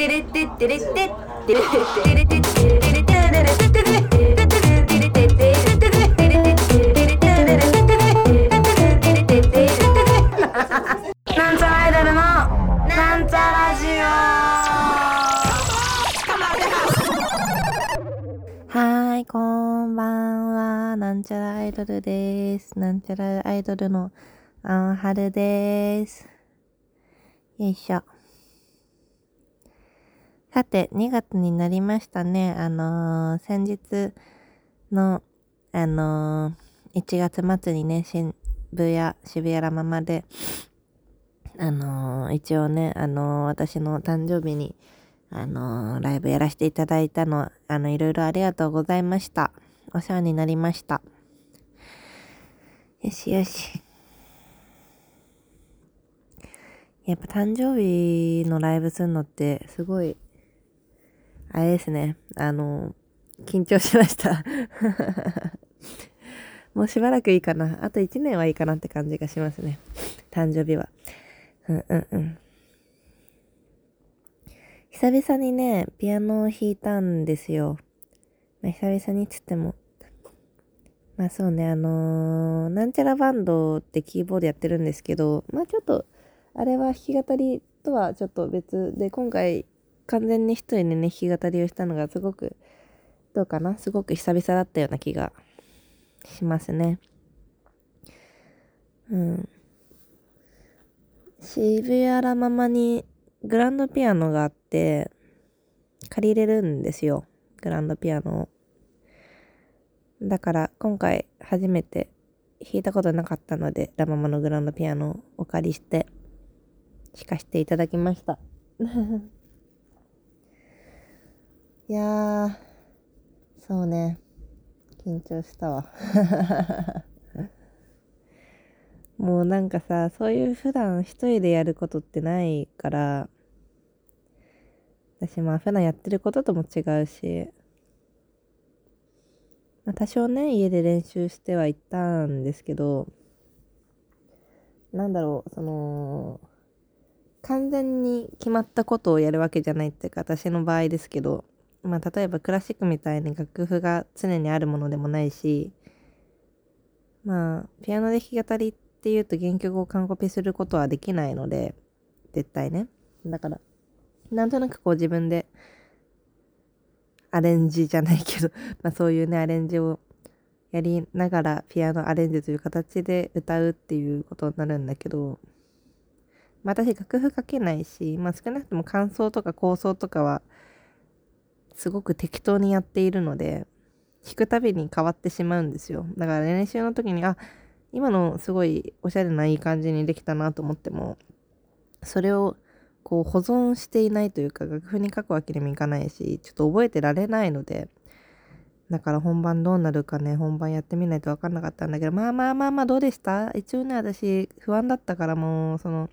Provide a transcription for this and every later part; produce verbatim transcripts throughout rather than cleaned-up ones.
なんちゃらアイドルのなんちゃラジオ。はーい、こんばんは。なんちゃらアイドルです。なんちゃらアイドルのあんはるです。よいしょ。さて、にがつになりましたね。あのー、先日の、あのー、いちがつ末にね、渋谷、渋谷ラママで、あのー、一応ね、あのー、私の誕生日に、あのー、ライブやらせていただいたの、あの、いろいろありがとうございました。お世話になりました。よしよし。やっぱ誕生日のライブするのって、すごい、あれですね。あのー、緊張しました。もうしばらくいいかな。あといちねんはいいかなって感じがしますね。誕生日は。うんうんうん。久々にね、ピアノを弾いたんですよ。まあ、久々にっつっても。まあそうね、あのー、なんちゃらバンドってキーボードやってるんですけど、まあちょっと、あれは弾き語りとはちょっと別で、今回完全に一人でね、弾き語りをしたのがすごく、どうかなすごく久々だったような気がしますね。うん。渋谷ラママにグランドピアノがあって、借りれるんですよ。グランドピアノを。だから今回初めて弾いたことなかったので、ラママのグランドピアノをお借りして弾かせていただきました。いやー、そうね。緊張したわ。もうなんかさ、そういう普段一人でやることってないから、私まあ普段やってることとも違うし、まあ、多少ね、家で練習してはいったんですけど、なんだろう、その、完全に決まったことをやるわけじゃないっていうか、私の場合ですけど、まあ例えばクラシックみたいに楽譜が常にあるものでもないし、まあ、ピアノで弾き語りっていうと原曲を完コピすることはできないので、絶対ね。だから、なんとなくこう自分でアレンジじゃないけど、まあそういうね、アレンジをやりながらピアノアレンジという形で歌うっていうことになるんだけど、まあ私楽譜書けないし、まあ少なくとも感想とか構想とかはすごく適当にやっているので、弾くたびに変わってしまうんですよ。だから練習の時に、あ、今のすごいおしゃれないい感じにできたなと思っても、それをこう保存していないというか、楽譜に書くわけにもいかないし、ちょっと覚えてられないので、だから本番どうなるかね、本番やってみないと分かんなかったんだけど、まあまあまあまあどうでした？一応ね、私不安だったからもう、その、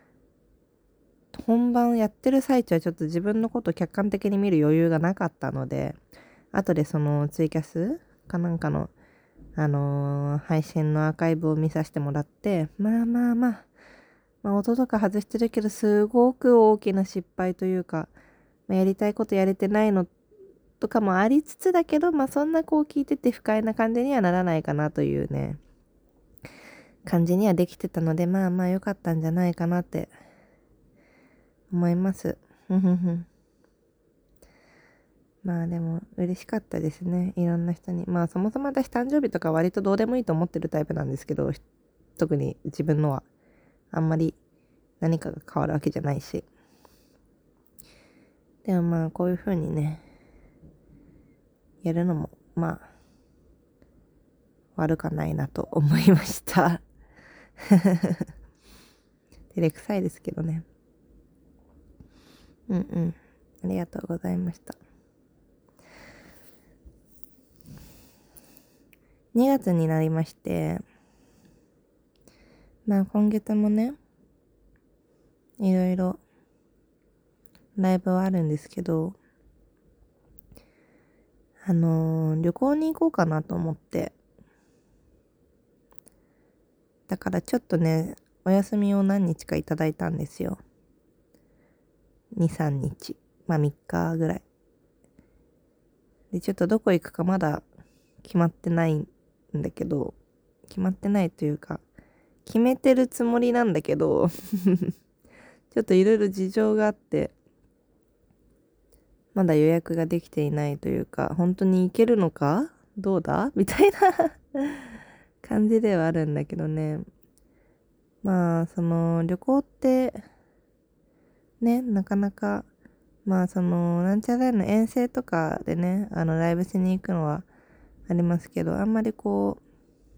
本番やってる最中はちょっと自分のことを客観的に見る余裕がなかったので、後でそのツイキャスかなんかの、あのー配信のアーカイブを見させてもらって、まあまあまあ、まあ音とか外してるけど、すごく大きな失敗というか、まあ、やりたいことやれてないのとかもありつつだけど、まあそんなこう聞いてて不快な感じにはならないかなというね、感じにはできてたので、まあまあ良かったんじゃないかなって思います。ふふふ。まあでも嬉しかったですね。いろんな人に。まあそもそも私誕生日とか割とどうでもいいと思ってるタイプなんですけど、特に自分のはあんまり何かが変わるわけじゃないし。でもまあこういう風にね、やるのもまあ悪かないなと思いました。照れくさいですけどね。うんうん。ありがとうございました。にがつになりまして、まあ今月もね、いろいろライブはあるんですけど、あのー、旅行に行こうかなと思って、だからちょっとね、お休みを何日かいただいたんですよ。に、さんにち。 まあみっかぐらい。で、ちょっとどこ行くかまだ決まってないんだけど、決まってないというか、決めてるつもりなんだけど、ちょっといろいろ事情があって、まだ予約ができていないというか、本当に行けるのかどうだみたいな感じではあるんだけどね。まあ、その旅行って、ね、なかなか、まあその、なんちゃらの遠征とかでね、あのライブしに行くのはありますけど、あんまりこう、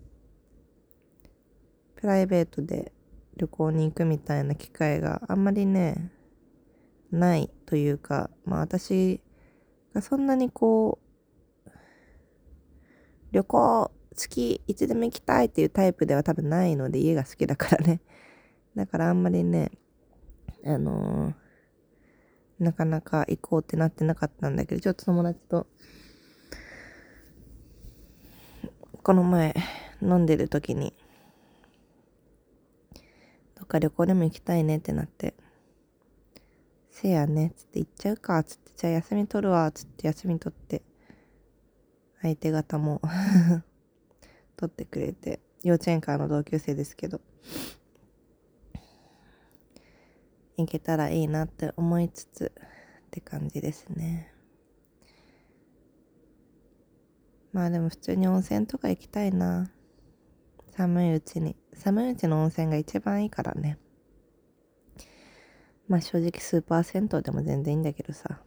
プライベートで旅行に行くみたいな機会があんまりね、ないというか、まあ私がそんなにこう、旅行好き、いつでも行きたいっていうタイプでは多分ないので、家が好きだからね。だからあんまりね、あのーなかなか行こうってなってなかったんだけど、ちょっと友達と、この前飲んでる時に、どっか旅行でも行きたいねってなって、せやね、つって行っちゃうか、つって、じゃあ休み取るわ、つって休み取って、相手方も取ってくれて、幼稚園からの同級生ですけど、行けたらいいなって思いつつって感じですね。まあでも普通に温泉とか行きたいな。寒いうちに。寒いうちの温泉が一番いいからね。まあ正直スーパー銭湯でも全然いいんだけどさ。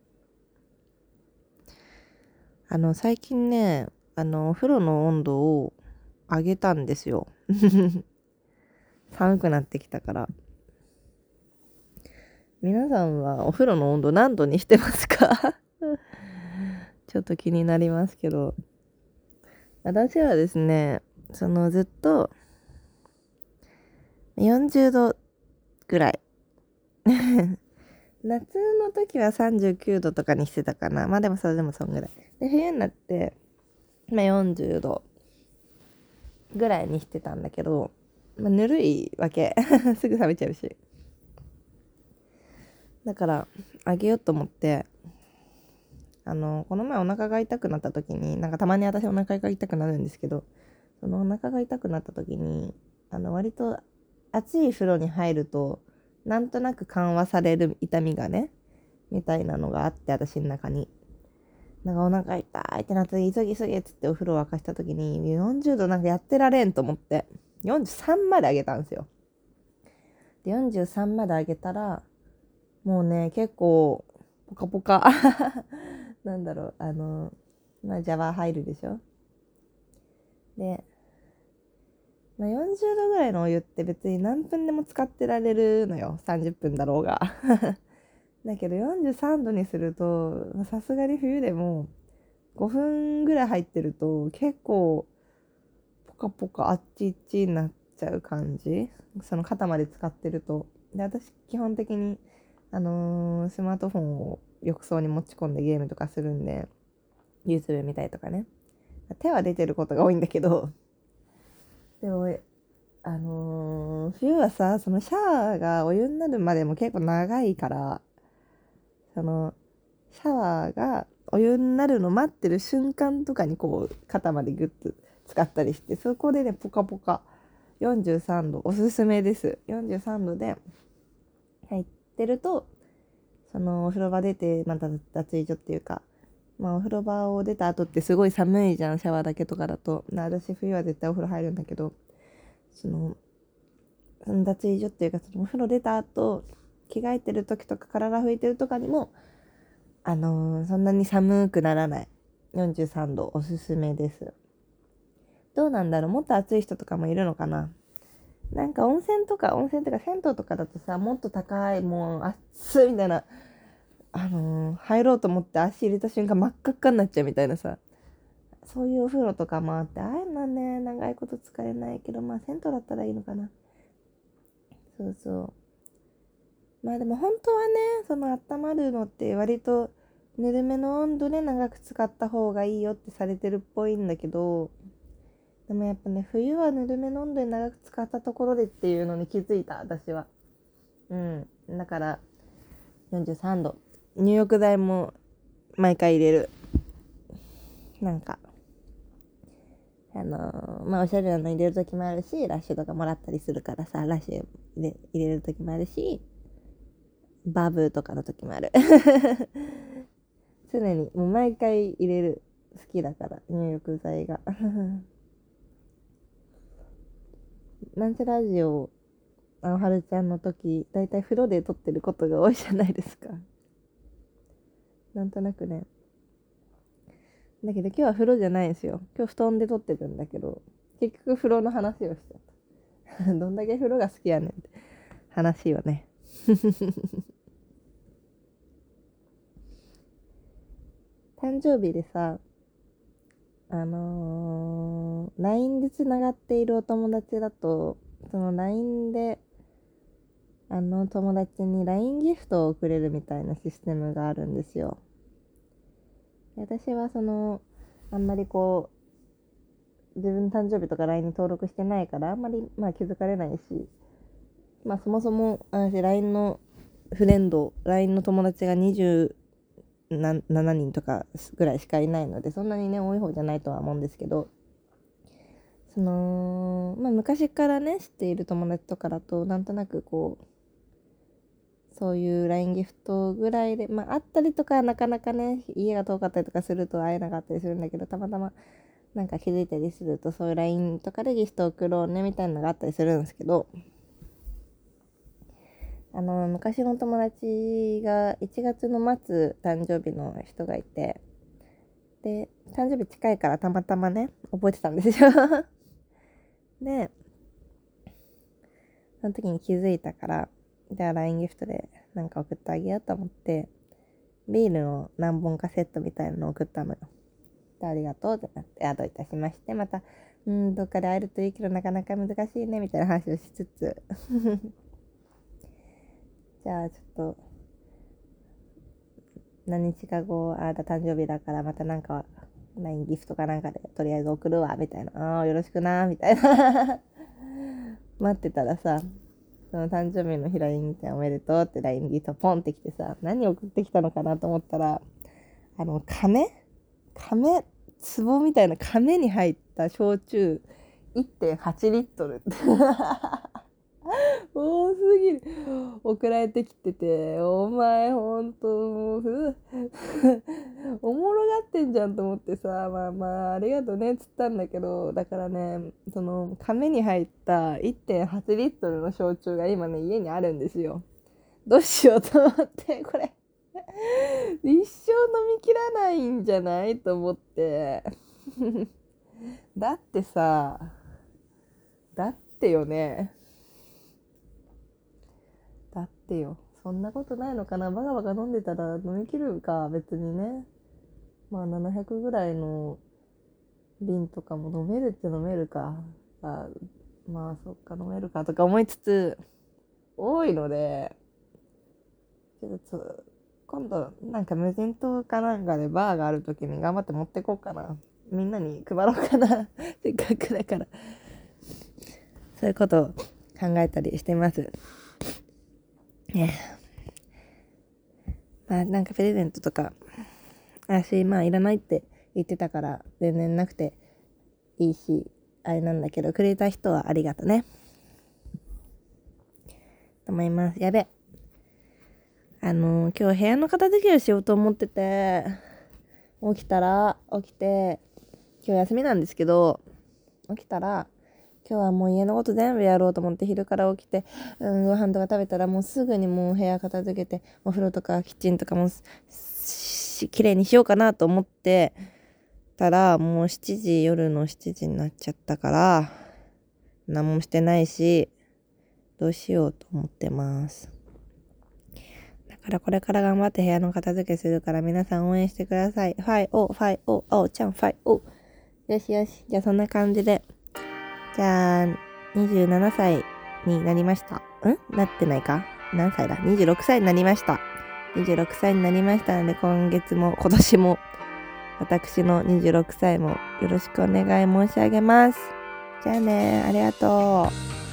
あの最近ね、あのお風呂の温度を上げたんですよ。寒くなってきたから。皆さんはお風呂の温度何度にしてますか？ちょっと気になりますけど。私はですね、そのずっとよんじゅうどぐらい。夏の時はさんじゅうきゅうどとかにしてたかな。まあでもそれでもそんぐらい。で、冬になって、まあよんじゅうどぐらいにしてたんだけど、まあぬるいわけ。すぐ冷めちゃうし。だから、あげようと思って、あの、この前お腹が痛くなった時に、なんかたまに私お腹が痛くなるんですけど、そのお腹が痛くなった時に、あの、割と熱い風呂に入ると、なんとなく緩和される痛みがね、みたいなのがあって、私の中に。なんかお腹痛いってなって、急ぎ急ぎっつってお風呂沸かした時に、よんじゅうどなんかやってられんと思って、よんじゅうさんまで上げたんですよ。で、よんじゅうさんまで上げたら、もうね、結構、ポカポカ。なんだろう、あの、まあ、ジャワ入るでしょ。で、まあ、よんじゅうどぐらいのお湯って別に何分でも使ってられるのよ。さんじゅっぷんだろうが。だけどよんじゅうさんどにすると、さすがに冬でもごふんぐらい入ってると結構ポカポカあっちいっちになっちゃう感じ。その肩まで使ってると。で、私基本的に、あのースマートフォンを浴槽に持ち込んでゲームとかするんで、YouTube 見たりとかね。手は出てることが多いんだけど、でも、あのー冬はさ、そのシャワーがお湯になるまでも結構長いから、その、シャワーがお湯になるの待ってる瞬間とかにこう、肩までグッと使ったりして、そこでね、ポカポカ、よんじゅうさんど、おすすめです。よんじゅうさんどで入ってると、そのお風呂場出て、また脱衣所っていうか、まあお風呂場を出た後ってすごい寒いじゃん、シャワーだけとかだと。私冬は絶対お風呂入るんだけど、その、その脱衣所っていうか、そのお風呂出た後、着替えてる時とか体拭いてるとかにも、あのーそんなに寒くならない。よんじゅうさんどおすすめです。どうなんだろう、もっと暑い人とかもいるのかな。なんか温泉とか、温泉とか銭湯とかだとさ、もっと高い、もう熱いみたいな、あのー入ろうと思って足入れた瞬間真っ赤っかになっちゃうみたいなさ、そういうお風呂とかもあって、ああいうのね、長いこと使えないけど、まあ銭湯だったらいいのかな。そうそう。まあでも本当はね、その温まるのって割とぬるめの温度で長く使った方がいいよってされてるっぽいんだけど、でもやっぱね、冬はぬるめの温度で長く使ったところでっていうのに気づいた、私は。うん。だからよんじゅうさんど入浴剤も毎回入れる。なんかあのー、まあおしゃれなの入れる時もあるし、ラッシュとかもらったりするからさ、ラッシュで入れる時もあるし、バブとかの時もある常にもう毎回入れる。好きだから入浴剤がなんちゃラジオあのはるちゃんの時だいたい風呂で撮ってることが多いじゃないですか。なんとなくね。だけど今日は風呂じゃないんですよ。今日布団で撮ってるんだけど、結局風呂の話をしちゃったどんだけ風呂が好きやねんって話よね誕生日でさ、あのー、ライン でつながっているお友達だと、その ライン であの友達に ライン ギフトを送れるみたいなシステムがあるんですよ。私はそのあんまりこう自分の誕生日とか ライン に登録してないからあんまりまあ気づかれないし、まあそもそも私 ライン のフレンド ライン の友達がにじゅうななにんとかぐらいしかいないので、そんなにね多い方じゃないとは思うんですけど、そのまあ昔からね知っている友達とかだとなんとなくこうそういう ライン ギフトぐらいで、まああったりとか、なかなかね家が遠かったりとかすると会えなかったりするんだけど、たまたまなんか気づいたりするとそういう ライン とかでギフト送ろうねみたいなのがあったりするんですけど、あの昔の友達がいちがつの末誕生日の人がいて、で誕生日近いからたまたまね覚えてたんですよでその時に気づいたから、じゃあ ライン ギフトでなんか送ってあげようと思ってビールの何本かセットみたいなのを送ったのよ。でありがとうってなって、あどういたしまして、またうんどっかで会えるといいけどなかなか難しいねみたいな話をしつつじゃあちょっと何日か後あなた誕生日だからまたなんか ライン ギフトかなんかでとりあえず送るわみたいな、あよろしくなみたいな待ってたらさ、その誕生日の日 ライン ておめでとうって ライン ギフトポンってきてさ、何送ってきたのかなと思ったら、あの亀亀壺みたいな亀に入った焼酎 いってんはち リットル多すぎる送られてきてて、お前ほんともうふおもろがってんじゃんと思ってさ、まあまあありがとうねっつったんだけど、だからねその亀に入った いってんはち リットルの焼酎が今ね家にあるんですよ。どうしようと思ってこれ一生飲みきらないんじゃないと思ってだってさだってよねだってよそんなことないのかな。バカバカ飲んでたら飲みきるか別にね。まあななひゃくぐらいの瓶とかも飲めるって飲めるか、あまあそっか飲めるかとか思いつつ多いので、ちょっと今度なんか無人島かなんかでバーがある時に頑張って持ってこうかな。みんなに配ろうかなせっかくだから。そういうことを考えたりしてますね。まあなんかプレゼントとか私まあいらないって言ってたから全然なくていいしあれなんだけど、くれた人はありがとねと思います。やべあのー、今日部屋の片付けをしようと思ってて、起きたら起きて今日休みなんですけど、起きたら今日はもう家のこと全部やろうと思って昼から起きて、うん、ご飯とか食べたらもうすぐにもう部屋片付けてお風呂とかキッチンとかもきれいにしようかなと思ってたらもうしちじ夜のしちじになっちゃったから何もしてないしどうしようと思ってます。だからこれから頑張って部屋の片付けするから皆さん応援してください。ファイオーファイオーおうちゃんファイオーよしよし。じゃあそんな感じでじゃあにじゅうななさいになりました。んなってないか。何歳だ。にじゅうろくさいになりました。にじゅうろくさいになりましたので今月も今年も私のにじゅうろくさいもよろしくお願い申し上げます。じゃあね、ありがとう。